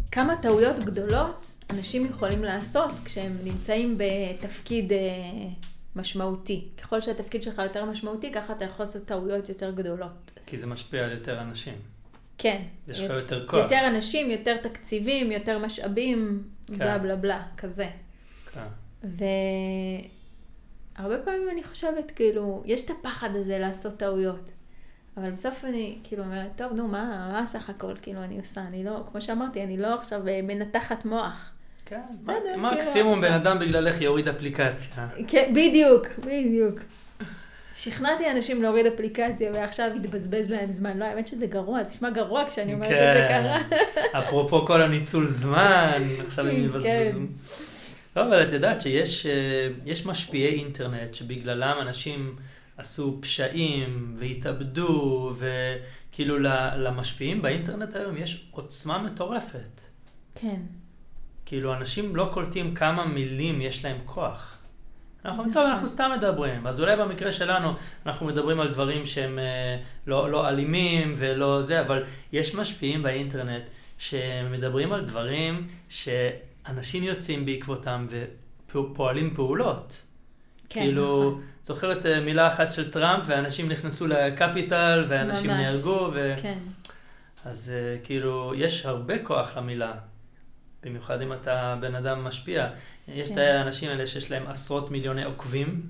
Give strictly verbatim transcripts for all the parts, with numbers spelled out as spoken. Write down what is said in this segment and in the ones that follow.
כמה טעויות גדולות אנשים יכולים לעשות כשהם נמצאים בתפקיד משמעותי. ככל שהתפקיד שלך יותר משמעותי, ככה אתה יכול לעשות טעויות יותר גדולות. כי זה משפיע על יותר אנשים. כן. יש לך יותר כוח. יותר אנשים, יותר תקציבים, יותר משאבים, בלה בלה בלה, כזה. כן. והרבה פעמים אני חושבת, כאילו, יש את הפחד הזה לעשות טעויות. אבל בסוף אני כאילו אומרת, טוב, נו, מה, מה סך הכל כאילו אני עושה? אני לא, כמו שאמרתי, אני לא עכשיו מנתחת מוח. כן, מקסימום בן אדם בגללך יוריד אפליקציה. כן, בדיוק, בדיוק. שכנעתי אנשים להוריד אפליקציה, ועכשיו התבזבז להם זמן. לא, האמת שזה גרוע, זה נשמע גרוע כשאני אומרת את זה ככה. אפרופו כל הניצול זמן, עכשיו הם יבזבזו. לא, אבל את יודעת שיש משפיעי אינטרנט שבגללם אנשים עשו פשעים והתאבדו, וכאילו למשפיעים באינטרנט היום יש עוצמה מטורפת. כן. כאילו אנשים לא קולטים כמה מילים יש להם כוח. אנחנו טוב, אנחנו סתם מדברים. אז אולי במקרה שלנו אנחנו מדברים על דברים שהם לא, לא אלימים ולא זה, אבל יש משפיעים באינטרנט שמדברים על דברים שאנשים יוצאים בעקבותם ופועלים פעולות. כן, כאילו, נכון. זוכרת מילה אחת של טראמפ, ואנשים נכנסו לקפיטל, ואנשים ממש. נהרגו. ו... כן. אז כאילו, יש הרבה כוח למילה. במיוחד אם אתה בן אדם משפיע. יש את האנשים האלה שיש להם עשרות מיליוני עוקבים.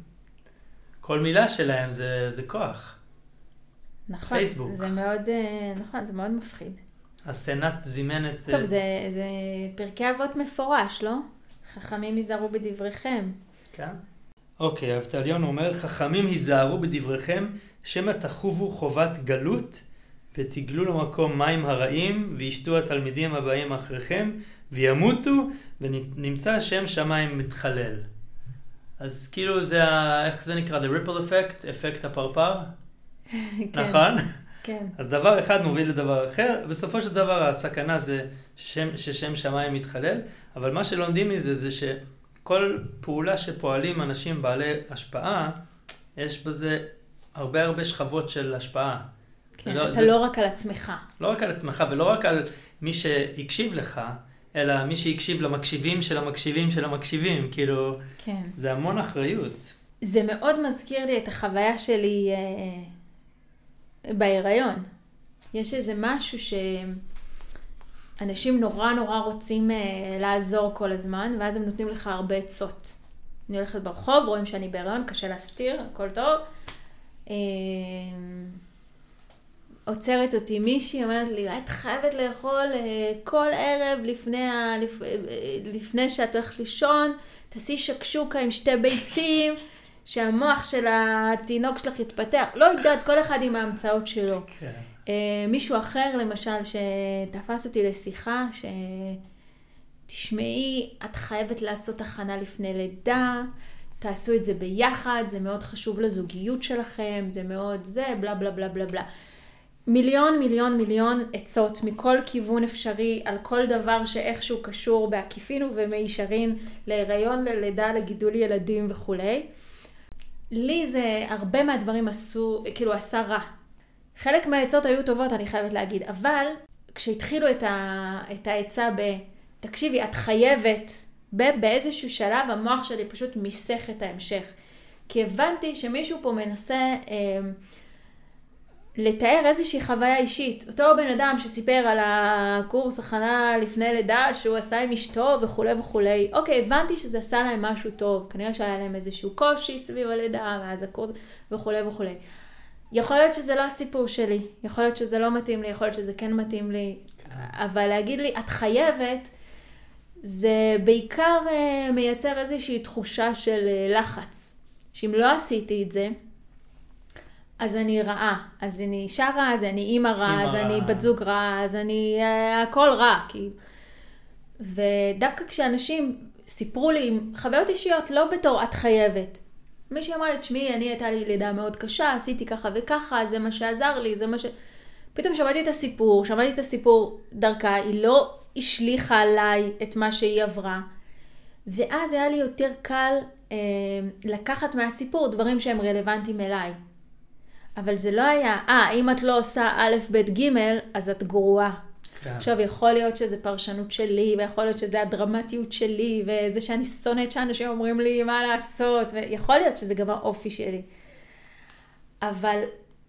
כל מילה שלהם זה, זה כוח. נכון. פייסבוק. זה מאוד, נכון, זה מאוד מפחיד. הסנאט זימן את... טוב, זה, זה פרקי אבות מפורש, לא? חכמים היזהרו בדבריכם. כן. אוקיי, אבטליון אומר, חכמים היזהרו בדבריכם, שמא תחובו חובת גלות, ותגלו למקום מים הרעים, וישתו התלמידים הבאים אחריכם, וימותו, ונמצא שם שמיים מתחלל. אז כאילו זה, איך זה נקרא? The ripple effect, אפקט הפרפר? כן. נכון? כן. אז דבר אחד מוביל לדבר אחר, בסופו של דבר הסכנה זה ששם, ששם שמיים מתחלל, אבל מה שלומדים מזה זה שכל פעולה שפועלים אנשים בעלי השפעה, יש בזה הרבה הרבה שכבות של השפעה. כן, לא, אתה זה, לא רק על עצמך. לא רק על עצמך ולא רק על מי שהקשיב לך, אלא מי שהקשיב למקשיבים של המקשיבים של המקשיבים, כאילו, כן. זה המון אחריות. זה מאוד מזכיר לי את החוויה שלי אה, בהיריון. יש איזה משהו שאנשים נורא נורא רוצים אה, לעזור כל הזמן, ואז הם נותנים לך הרבה עצות. אני הולכת ברחוב, רואים שאני בהיריון, קשה להסתיר, הכל טוב. אה, עוצרת אותי מישהי, אומרת לי, את חייבת לאכול אה, כל ערב לפני, ה, לפ, אה, לפני שאת הולכת לישון, תעשי שקשוקה עם שתי ביצים, שהמוח של התינוק שלך יתפתח. לא יודעת, כל אחד עם ההמצאות שלו. כן. אה, מישהו אחר, למשל, שתפס אותי לשיחה, שתשמעי, את חייבת לעשות הכנה לפני לידה, תעשו את זה ביחד, זה מאוד חשוב לזוגיות שלכם, זה מאוד זה, בלה בלה בלה בלה בלה. מיליון מיליון מיליון עצות מכל כיוון אפשרי על כל דבר שאיכשהו קשור בעקיפין ובמישרין להיריון, ללידה, לגידול ילדים וכו'. לי זה הרבה מהדברים עשו, כאילו עשה רע. חלק מהעצות היו טובות, אני חייבת להגיד, אבל כשהתחילו את, ה, את העצה ב, תקשיבי, את חייבת, באיזשהו שלב המוח שלי פשוט מיסך את ההמשך. כי הבנתי שמישהו פה מנסה אה, לתאר איזושהי חוויה אישית. אותו בן אדם שסיפר על הקורס הכנה לפני לידה שהוא עשה עם אשתו וכו' וכו'. אוקיי, הבנתי שזה עשה להם משהו טוב. כנראה שהיה להם איזשהו קושי סביב הלידה ואז הקורס וכו' וכו'. יכול להיות שזה לא הסיפור שלי. יכול להיות שזה לא מתאים לי. יכול להיות שזה כן מתאים לי. אבל להגיד לי, את חייבת, זה בעיקר מייצר איזושהי תחושה של לחץ. שאם לא עשיתי את זה, אז אני רעה, אז אני אישה רעה, אז אני אימא רעה, אז אני בת זוג רעה, אז אני הכל רע, כאילו. ודווקא כשאנשים סיפרו לי חוויות אישיות, לא בתור את חייבת. מישהי אמרה לי, תשמעי, אני הייתה לי לידה מאוד קשה, עשיתי ככה וככה, זה מה שעזר לי, זה מה ש... פתאום שמעתי את הסיפור, שמעתי את הסיפור דרכה, היא לא השליחה עליי את מה שהיא עברה. ואז היה לי יותר קל אה, לקחת מהסיפור דברים שהם רלוונטיים אליי. אבל זה לא היה, אה, אם את לא עושה א', ב', ג', אז את גרועה. כן. עכשיו, יכול להיות שזה פרשנות שלי, ויכול להיות שזה הדרמטיות שלי, וזה שאני שונאת שאנשים אומרים לי מה לעשות, ויכול להיות שזה גם האופי שלי. אבל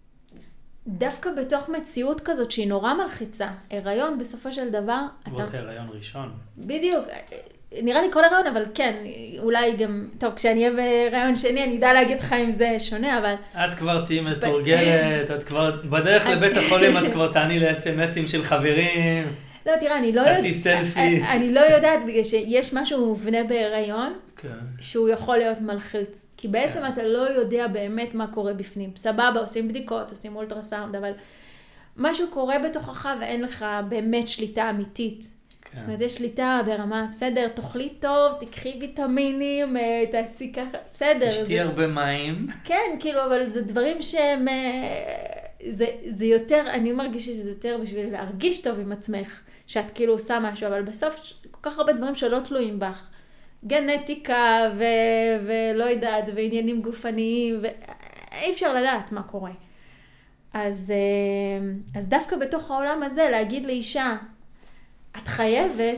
דווקא בתוך מציאות כזאת שהיא נורא מלחיצה, הריון בסופו של דבר... ועוד אתה... הריון ראשון. בדיוק. נראה לי כל הריון, אבל כן, אולי גם, טוב, כשאני אהיה בריון שני, אני יודע להגיד לך אם זה שונה, אבל... את כבר תהיי מתורגלת, את כבר, בדרך לבית החולים את כבר תעני ל-אס-אם-אסים של חברים. לא, תראה, אני לא תעשי סלפי. אני לא יודעת, בגלל שיש משהו מובנה בהיריון, שהוא יכול להיות מלחיץ. כי בעצם אתה לא יודע באמת מה קורה בפנים. סבבה, עושים בדיקות, עושים אולטרסאונד, אבל משהו קורה בתוכך ואין לך באמת שליטה אמיתית. זאת אומרת, יש שליטה ברמה, בסדר, תאכלי טוב, תקחי ויטמינים, תעשי ככה, בסדר. תשתי הרבה מים. כן, כאילו, אבל זה דברים שהם, זה, זה יותר, אני מרגישה שזה יותר בשביל להרגיש טוב עם עצמך, שאת כאילו עושה משהו, אבל בסוף כל כך הרבה דברים שלא תלויים בך. גנטיקה ו, ולא יודעת, ועניינים גופניים, ואי אפשר לדעת מה קורה. אז, אז דווקא בתוך העולם הזה, להגיד לאישה, את חייבת,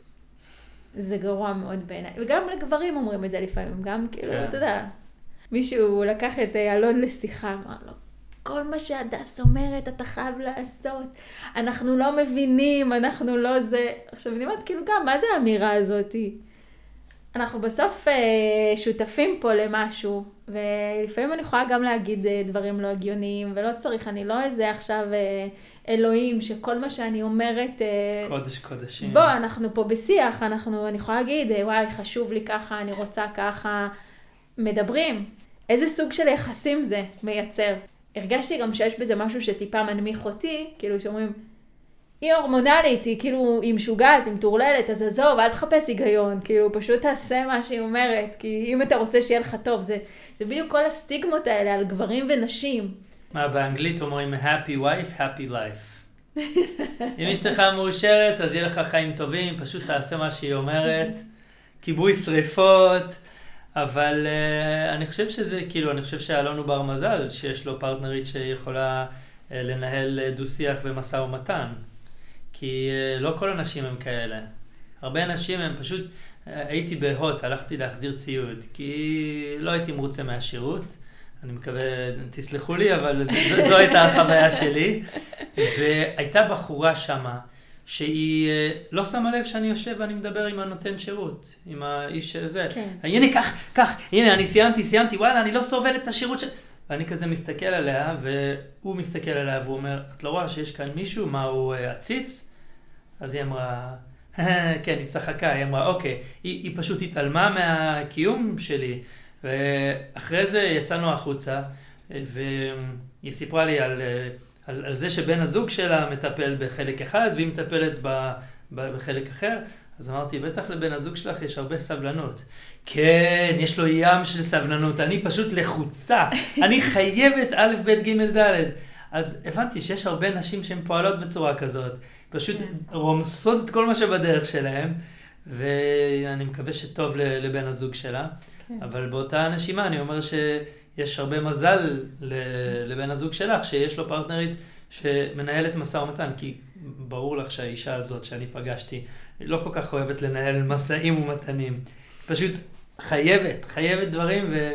זה גרוע מאוד בעיניי. וגם לגברים אומרים את זה לפעמים, גם כאילו, כן. אתה יודע, מישהו לקח את אלון לשיחה, אמר לו, כל מה שהדס אומרת, אתה חייב לעשות. אנחנו לא מבינים, אנחנו לא זה. עכשיו, אני אומרת, כאילו גם, מה זה האמירה הזאת? אנחנו בסוף אה, שותפים פה למשהו, ולפעמים אני יכולה גם להגיד אה, דברים לא הגיוניים, ולא צריך, אני לא איזה עכשיו אה, אלוהים, שכל מה שאני אומרת... אה, קודש קודשים. בוא, אנחנו פה בשיח, אנחנו, אני יכולה להגיד, אה, וואי, חשוב לי ככה, אני רוצה ככה, מדברים. איזה סוג של יחסים זה מייצר? הרגשתי גם שיש בזה משהו שטיפה מנמיך אותי, כאילו שאומרים, היא הורמונלית, היא כאילו, היא משוגעת, היא מטורללת, אז עזוב, אל תחפש היגיון, כאילו, פשוט תעשה מה שהיא אומרת, כי אם אתה רוצה שיהיה לך טוב, זה, זה בדיוק כל הסטיגמות האלה על גברים ונשים. מה, באנגלית אומרים, happy wife, happy life. אם אשתך מאושרת, אז יהיה לך חיים טובים, פשוט תעשה מה שהיא אומרת, כיבוי שריפות, אבל uh, אני חושב שזה, כאילו, אני חושב שאלון הוא בר מזל, שיש לו פרטנרית שיכולה uh, לנהל uh, דו-שיח ומשא ומתן. כי uh, לא כל אנשים הם כאלה. הרבה אנשים הם פשוט, uh, הייתי בהוט, הלכתי להחזיר ציוד, כי לא הייתי מרוצה מהשירות. אני מקווה, תסלחו לי, אבל זו, זו הייתה החוויה שלי. והייתה בחורה שמה, שהיא uh, לא שמה לב שאני יושב ואני מדבר עם הנותן שירות, עם האיש הזה. כן. הנה, כך, כך, הנה, אני סיימתי, סיימתי, וואלה, אני לא סובל את השירות של... ואני כזה מסתכל עליה, והוא מסתכל עליה, והוא אומר, את לא רואה שיש כאן מישהו, מה הוא עציץ? אז היא אמרה, כן, היא צחקה, היא אמרה, אוקיי, היא, היא פשוט התעלמה מהקיום שלי, ואחרי זה יצאנו החוצה, והיא סיפרה לי על, על, על זה שבן הזוג שלה מטפל בחלק אחד, והיא מטפלת ב, ב, בחלק אחר, אז אמרתי, בטח לבן הזוג שלך יש הרבה סבלנות. כן, יש לו ים של סבלנות, אני פשוט לחוצה, אני חייבת א', ב', ג', ד'. אז הבנתי שיש הרבה נשים שהן פועלות בצורה כזאת, פשוט רומסות את כל מה שבדרך שלהם, ואני מקווה שטוב לבן הזוג שלה, אבל באותה נשימה אני אומר שיש הרבה מזל לבן הזוג שלך, שיש לו פרטנרית שמנהלת משא ומתן, כי ברור לך שהאישה הזאת שאני פגשתי, לא כל כך אוהבת לנהל משאים ומתנים. פשוט חייבת, חייבת דברים ו...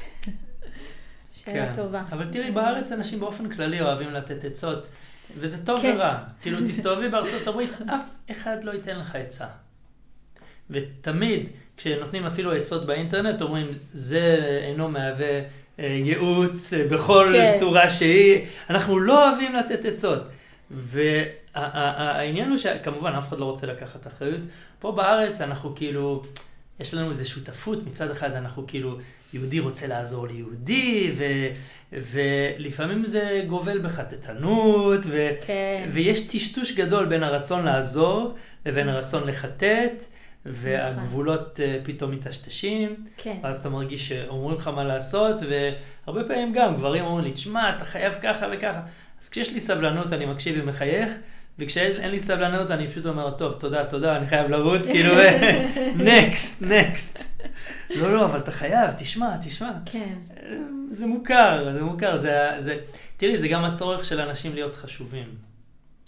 שאלה טובה. אבל תראי, בארץ אנשים באופן כללי אוהבים לתת עצות, וזה טוב ורע. כאילו, תסתובבי בארצות הברית, אף אחד לא ייתן לך עצה. ותמיד, כשנותנים אפילו עצות באינטרנט, אומרים, זה אינו מהווה ייעוץ בכל צורה שהיא. אנחנו לא אוהבים לתת עצות. והעניין הוא שכמובן אף אחד לא רוצה לקחת אחריות. פה בארץ אנחנו כאילו, יש לנו איזו שותפות, מצד אחד אנחנו כאילו, יהודי רוצה לעזור ליהודי, ו, ולפעמים זה גובל בחטטנות, ו, כן. ויש טשטוש גדול בין הרצון לעזור, לבין הרצון לחטט, והגבולות פתאום מתשתשים, כן. ואז אתה מרגיש שאומרים לך מה לעשות, והרבה פעמים גם גברים אומרים לי, תשמע, אתה חייב ככה וככה. אז כשיש לי סבלנות אני מקשיב ומחייך, וכשאין לי סבלנות אני פשוט אומר, טוב, תודה, תודה, אני חייב לרוץ, כאילו, נקסט, נקסט. לא, לא, אבל אתה חייב, תשמע, תשמע. כן. זה מוכר, זה מוכר, זה, זה, תראי, זה גם הצורך של אנשים להיות חשובים.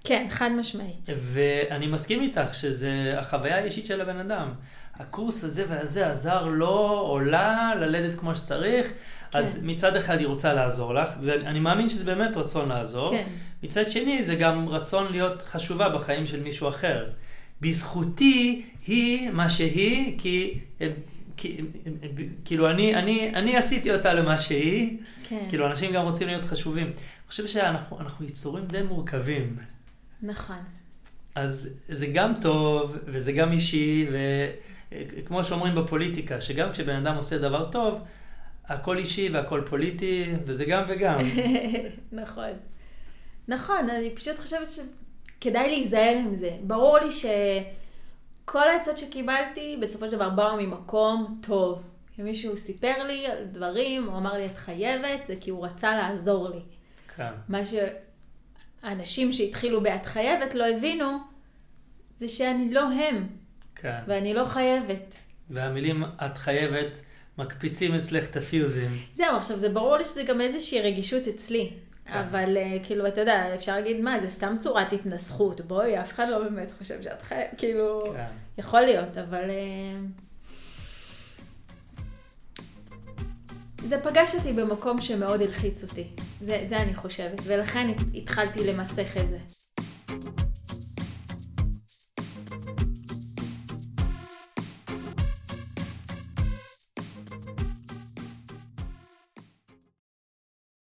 כן, חד משמעית. ואני מסכים איתך שזה החוויה האישית של הבן אדם. הקורס הזה והזה עזר לו או לה ללדת כמו שצריך, כן. אז מצד אחד היא רוצה לעזור לך, ואני מאמין שזה באמת רצון לעזור. כן. מצד שני זה גם רצון להיות חשובה בחיים של מישהו אחר. בזכותי היא מה שהיא, כי... כי, כאילו אני, אני, אני עשיתי אותה למה שהיא, כן. כאילו אנשים גם רוצים להיות חשובים. אני חושב שאנחנו, אנחנו יצורים די מורכבים. נכון. אז זה גם טוב, וזה גם אישי, וכמו שאומרים בפוליטיקה, שגם כשבן אדם עושה דבר טוב, הכל אישי והכל פוליטי, וזה גם וגם. נכון. נכון, אני פשוט חושבת שכדאי להיזהר עם זה. ברור לי ש... כל העצות שקיבלתי בסופו של דבר באו ממקום טוב. מישהו סיפר לי על דברים, הוא אמר לי את חייבת, זה כי הוא רצה לעזור לי. כן. מה שהאנשים שהתחילו באת חייבת לא הבינו, זה שאני לא הם. כן. ואני לא חייבת. והמילים את חייבת מקפיצים אצלך את הפיוזים. זהו, עכשיו זה ברור לי שזה גם איזושהי רגישות אצלי. כן. אבל כאילו, אתה יודע, אפשר להגיד מה, זה סתם צורת התנסחות. בואי, אף אחד לא באמת חושב שאת חייבת, כאילו, כן. יכול להיות, אבל... זה פגש אותי במקום שמאוד הלחיץ אותי. זה, זה אני חושבת, ולכן התחלתי למסך את זה.